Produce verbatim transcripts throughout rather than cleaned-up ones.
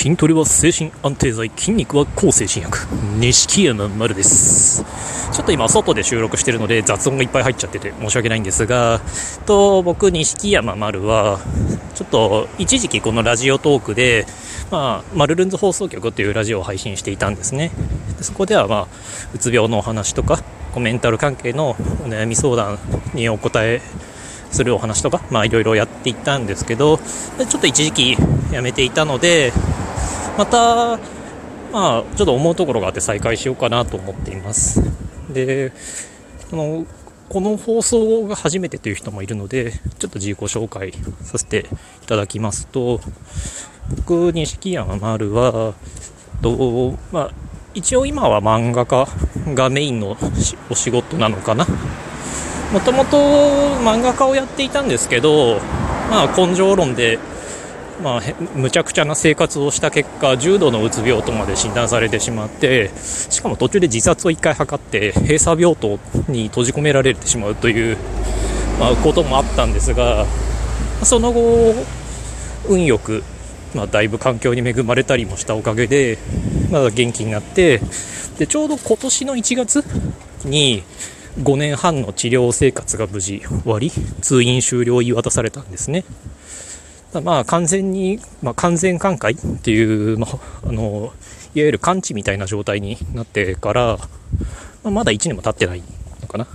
筋トレは精神安定剤、筋肉は抗精神薬。錦山丸です。ちょっと今外で収録しているので雑音がいっぱい入っちゃってて申し訳ないんですが、と僕錦山丸はちょっと一時期このラジオトークで、まあ、マルルンズ放送局というラジオを配信していたんですね。でそこでは、まあ、うつ病のお話とかメンタル関係のお悩み相談にお答えするお話とか、まあいろいろやっていったんですけど、ちょっと一時期やめていたので、また、まあちょっと思うところがあって再開しようかなと思っています。で、この、この放送が初めてという人もいるので、ちょっと自己紹介させていただきますと、僕、錦山丸は、とまあ、一応今は漫画家がメインのお仕事なのかな。もともと漫画家をやっていたんですけど、まあ、根性論で、まあ、むちゃくちゃな生活をした結果、重度のうつ病とまで診断されてしまって、しかも途中で自殺をいっかい図って閉鎖病棟に閉じ込められてしまうという、まあ、こともあったんですが、その後運よく、まあ、だいぶ環境に恵まれたりもしたおかげで、まだ元気になって、でちょうど今年のいちがつにごねんはんの治療生活が無事終わり、通院終了を言い渡されたんですね。まあ完全に、まあ、完全寛解っていう、まあ、あのいわゆる完治みたいな状態になってから、まあ、まだいちねんも経ってないのかな。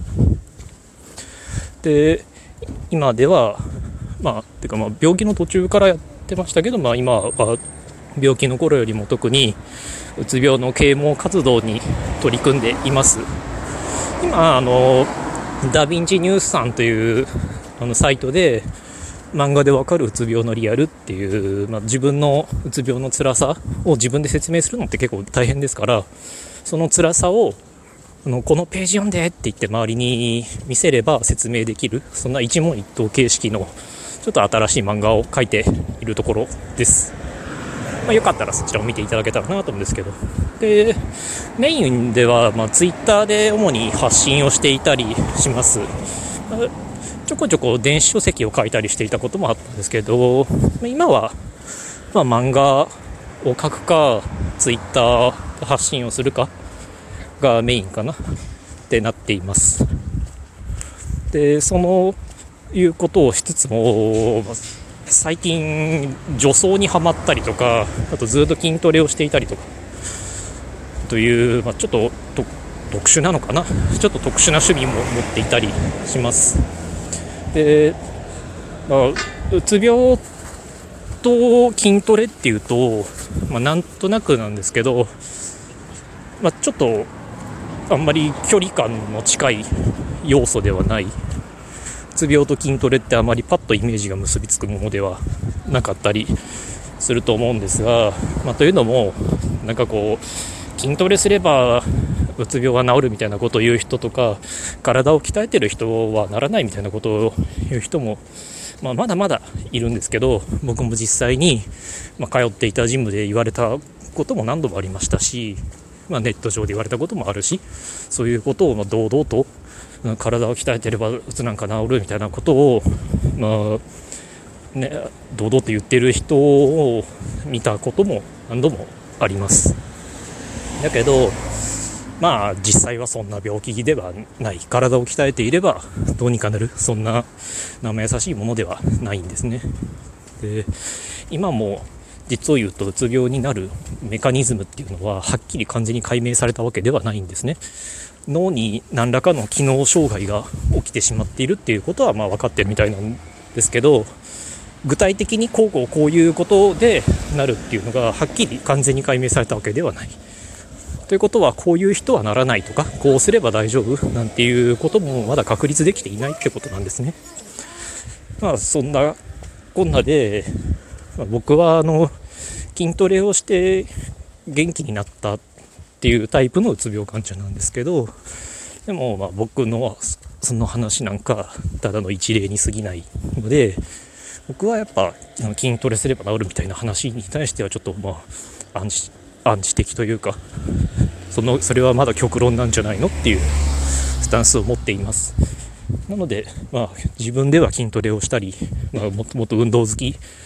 で今ではまあてかまあ病気の途中からやってましたけど、まあ、今は病気の頃よりも特にうつ病の啓蒙活動に取り組んでいます。今あのダヴィンチニュースさんというあのサイトで漫画でわかるうつ病のリアルっていう、まあ、自分のうつ病の辛さを自分で説明するのって結構大変ですから、その辛さをあのこのページ読んでって言って周りに見せれば説明できる、そんな一問一答形式のちょっと新しい漫画を描いているところです。まあ、よかったらそちらを見ていただけたらなと思うんですけど、でメインでは、まあ、ツイッターで主に発信をしていたりします。まあ、ちょこちょこ電子書籍を書いたりしていたこともあったんですけど、今は、まあ、漫画を書くかツイッターで発信をするかがメインかなってなっています。でそのいうことをしつつも、最近女装にハマったりとか、あとずっと筋トレをしていたりとかという、まあ、ちょっと特殊なのかな、ちょっと特殊な趣味も持っていたりします。で、まあ、うつ病と筋トレっていうと、まあ、なんとなくなんですけど、まあ、ちょっとあんまり距離感の近い要素ではない。うつ病と筋トレってあまりパッとイメージが結びつくものではなかったりすると思うんですが、まあ、というのもなんかこう筋トレすればうつ病が治るみたいなことを言う人とか、体を鍛えてる人はならないみたいなことを言う人も、まあ、まだまだいるんですけど、僕も実際に、まあ、通っていたジムで言われたことも何度もありましたし、まあ、ネット上で言われたこともあるし、そういうことをまあ堂々と体を鍛えてればうつなんか治るみたいなことを、まあね、堂々と言ってる人を見たことも何度もあります。だけどまあ実際はそんな病気ではない、体を鍛えていればどうにかなる、そんな生優しいものではないんですね。で今も実を言うとうつ病になるメカニズムっていうのははっきり完全に解明されたわけではないんですね。脳に何らかの機能障害が起きてしまっているっていうことはまあ分かってるみたいなんですけど、具体的にこうこうこういうことでなるっていうのがはっきり完全に解明されたわけではない。ということはこういう人はならないとか、こうすれば大丈夫なんていうこともまだ確立できていないってことなんですね。まあそんなこんなで、まあ、僕はあの筋トレをして元気になったっていうタイプのうつ病患者なんですけど、でもまあ僕のその話なんかただの一例に過ぎないので、僕はやっぱ筋トレすれば治るみたいな話に対してはちょっとまあ暗示暗示的というか、そのそれはまだ極論なんじゃないのっていうスタンスを持っています。なので、まあ、自分では筋トレをしたり、まあ、もっともっと運動好き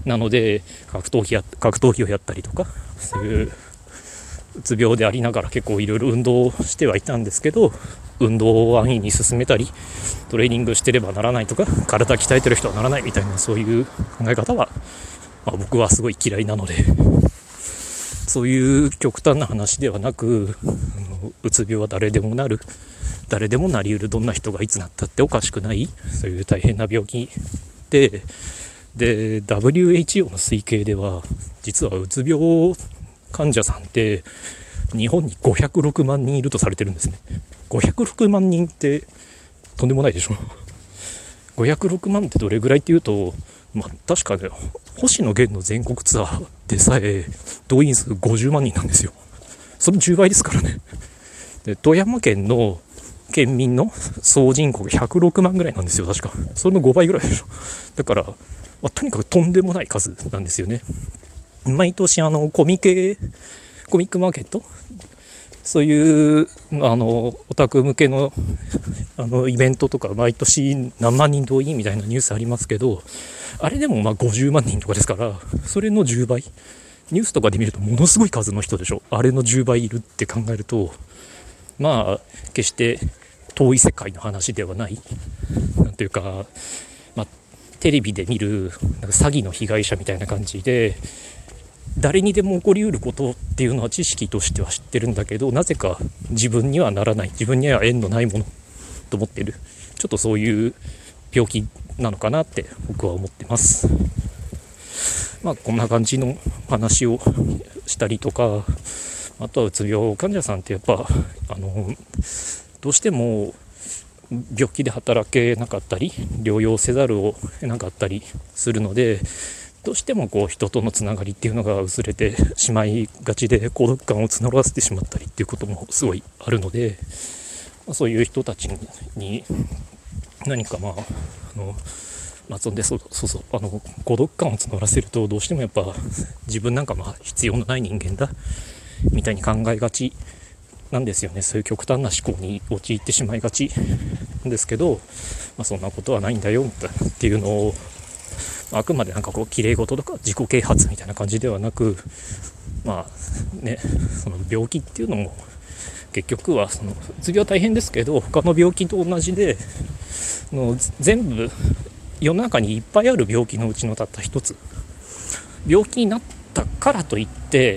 なので格闘技や格闘技をやったりとか、そういううつ病でありながら結構いろいろ運動をしてはいたんですけど、運動を安易に進めたりトレーニングしてればならないとか、体鍛えてる人はならないみたいな、そういう考え方は、まあ、僕はすごい嫌いなので、そういう極端な話ではなく、うつ病は誰でもなる、誰でもなりうる、どんな人がいつなったっておかしくない、そういう大変な病気で、で ダブリューエイチオー の推計では実はうつ病患者さんって日本にごひゃくろくまんにんいるとされてるんですね。ごひゃくろくまんにんってとんでもないでしょ。ごひゃくろくまんってどれぐらいっていうと、まあ、確かね、星野源の全国ツアーでさえ動員数ごじゅうまんにんなんですよ。そのじゅうばいですからね。で富山県の県民の総人口がひゃくろくまんぐらいなんですよ、確か。それのごばいぐらいでしょ。だから、まあ、とにかくとんでもない数なんですよね。毎年あのコミケコミックマーケット、そういうあのオタク向けのあのイベントとか毎年何万人動員みたいなニュースありますけど、あれでもまあごじゅうまんにんとかですから、それのじゅうばい、ニュースとかで見るとものすごい数の人でしょ。あれのじゅうばいいるって考えると、まあ決して遠い世界の話ではない、なんていうか、まあ、テレビで見るなんか詐欺の被害者みたいな感じで、誰にでも起こりうることっていうのは知識としては知ってるんだけど、なぜか自分にはならない、自分には縁のないものと思っている、ちょっとそういう病気なのかなって僕は思ってます。まあこんな感じの話をしたりとか、あとはうつ病患者さんってやっぱあのどうしても病気で働けなかったり療養せざるを得なかったりするので、どうしてもこう人とのつながりっていうのが薄れてしまいがちで、孤独感を募らせてしまったりっていうこともすごいあるので、そういう人たちに何かまああのまあそんでそうそうそうあの孤独感を募らせると、どうしてもやっぱ自分なんかまあ必要のない人間だみたいに考えがちなんですよね。そういう極端な思考に陥ってしまいがちなんですけど、まあ、そんなことはないんだよっていうのを、あくまでなんかこう綺麗事とか自己啓発みたいな感じではなく、まあね、その病気っていうのも結局はそのうつ病は大変ですけど、他の病気と同じで、の全部世の中にいっぱいある病気のうちのたった一つ、病気になったからといって、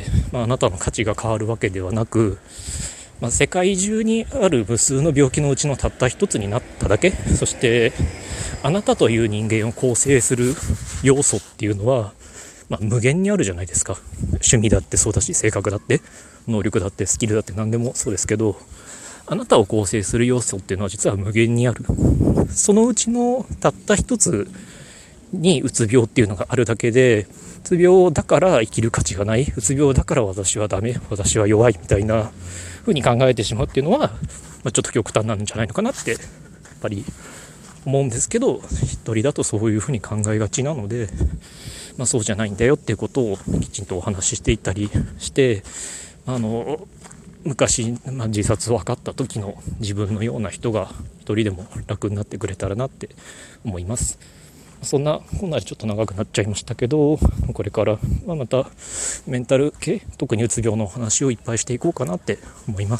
まあ、あなたの価値が変わるわけではなく、まあ、世界中にある無数の病気のうちのたった一つになっただけ、そしてあなたという人間を構成する要素っていうのは、まあ、無限にあるじゃないですか。趣味だってそうだし、性格だって能力だってスキルだって何でもそうですけど、あなたを構成する要素っていうのは実は無限にある。そのうちのたった一つにうつ病っていうのがあるだけで、うつ病だから生きる価値がない、うつ病だから私はダメ、私は弱いみたいな風に考えてしまうっていうのは、まあ、ちょっと極端なんじゃないのかなってやっぱり思うんですけど、一人だとそういう風に考えがちなので、まあ、そうじゃないんだよっていうことをきちんとお話ししていったりして、あの昔、まあ、自殺を図った時の自分のような人が一人でも楽になってくれたらなって思います。そんなこんなでちょっと長くなっちゃいましたけど、これからまたメンタル系、特にうつ病の話をいっぱいしていこうかなって思います。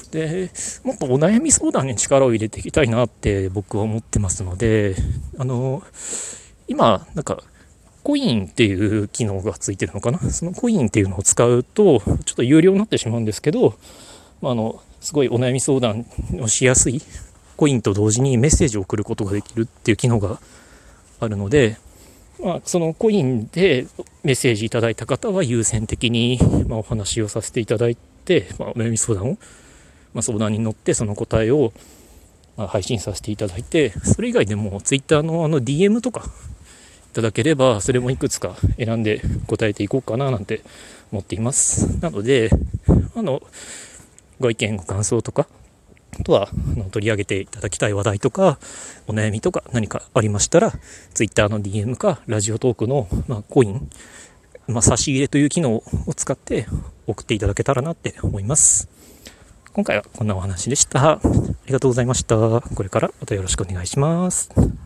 で、もっとお悩み相談に力を入れていきたいなって僕は思ってますので、あの今なんかコインっていう機能がついてるのかな。そのコインっていうのを使うとちょっと有料になってしまうんですけど、まあ、あのすごいお悩み相談をしやすいコインと同時にメッセージを送ることができるっていう機能があるので、まあ、そのコインでメッセージいただいた方は優先的に、まあ、お話をさせていただいて、まあ、お悩み相談を、まあ、相談に乗ってその答えを、まあ、配信させていただいて、それ以外でもツイッターのあの ディーエム とかいただければ、それもいくつか選んで答えていこうかななんて思っています。なので、あのご意見ご感想とか、あとはあの取り上げていただきたい話題とかお悩みとか何かありましたら、ツイッターの ディーエム かラジオトークの、まあ、コイン、まあ、差し入れという機能を使って送っていただけたらなって思います。今回はこんなお話でした。ありがとうございました。これからまたよろしくお願いします。